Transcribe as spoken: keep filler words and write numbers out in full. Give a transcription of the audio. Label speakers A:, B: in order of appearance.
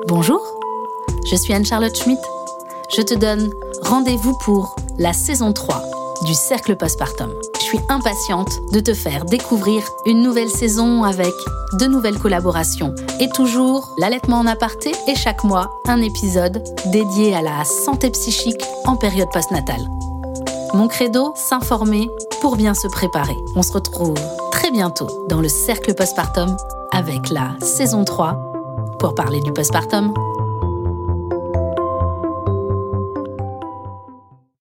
A: Bonjour, je suis Anne-Charlotte Schmitt. Je te donne rendez-vous pour la saison trois du Cercle Postpartum. Je suis impatiente de te faire découvrir une nouvelle saison avec de nouvelles collaborations et toujours l'allaitement en aparté et chaque mois un épisode dédié à la santé psychique en période postnatale. Mon credo, s'informer pour bien se préparer. On se retrouve très bientôt dans le Cercle Postpartum avec la saison trois pour parler du postpartum.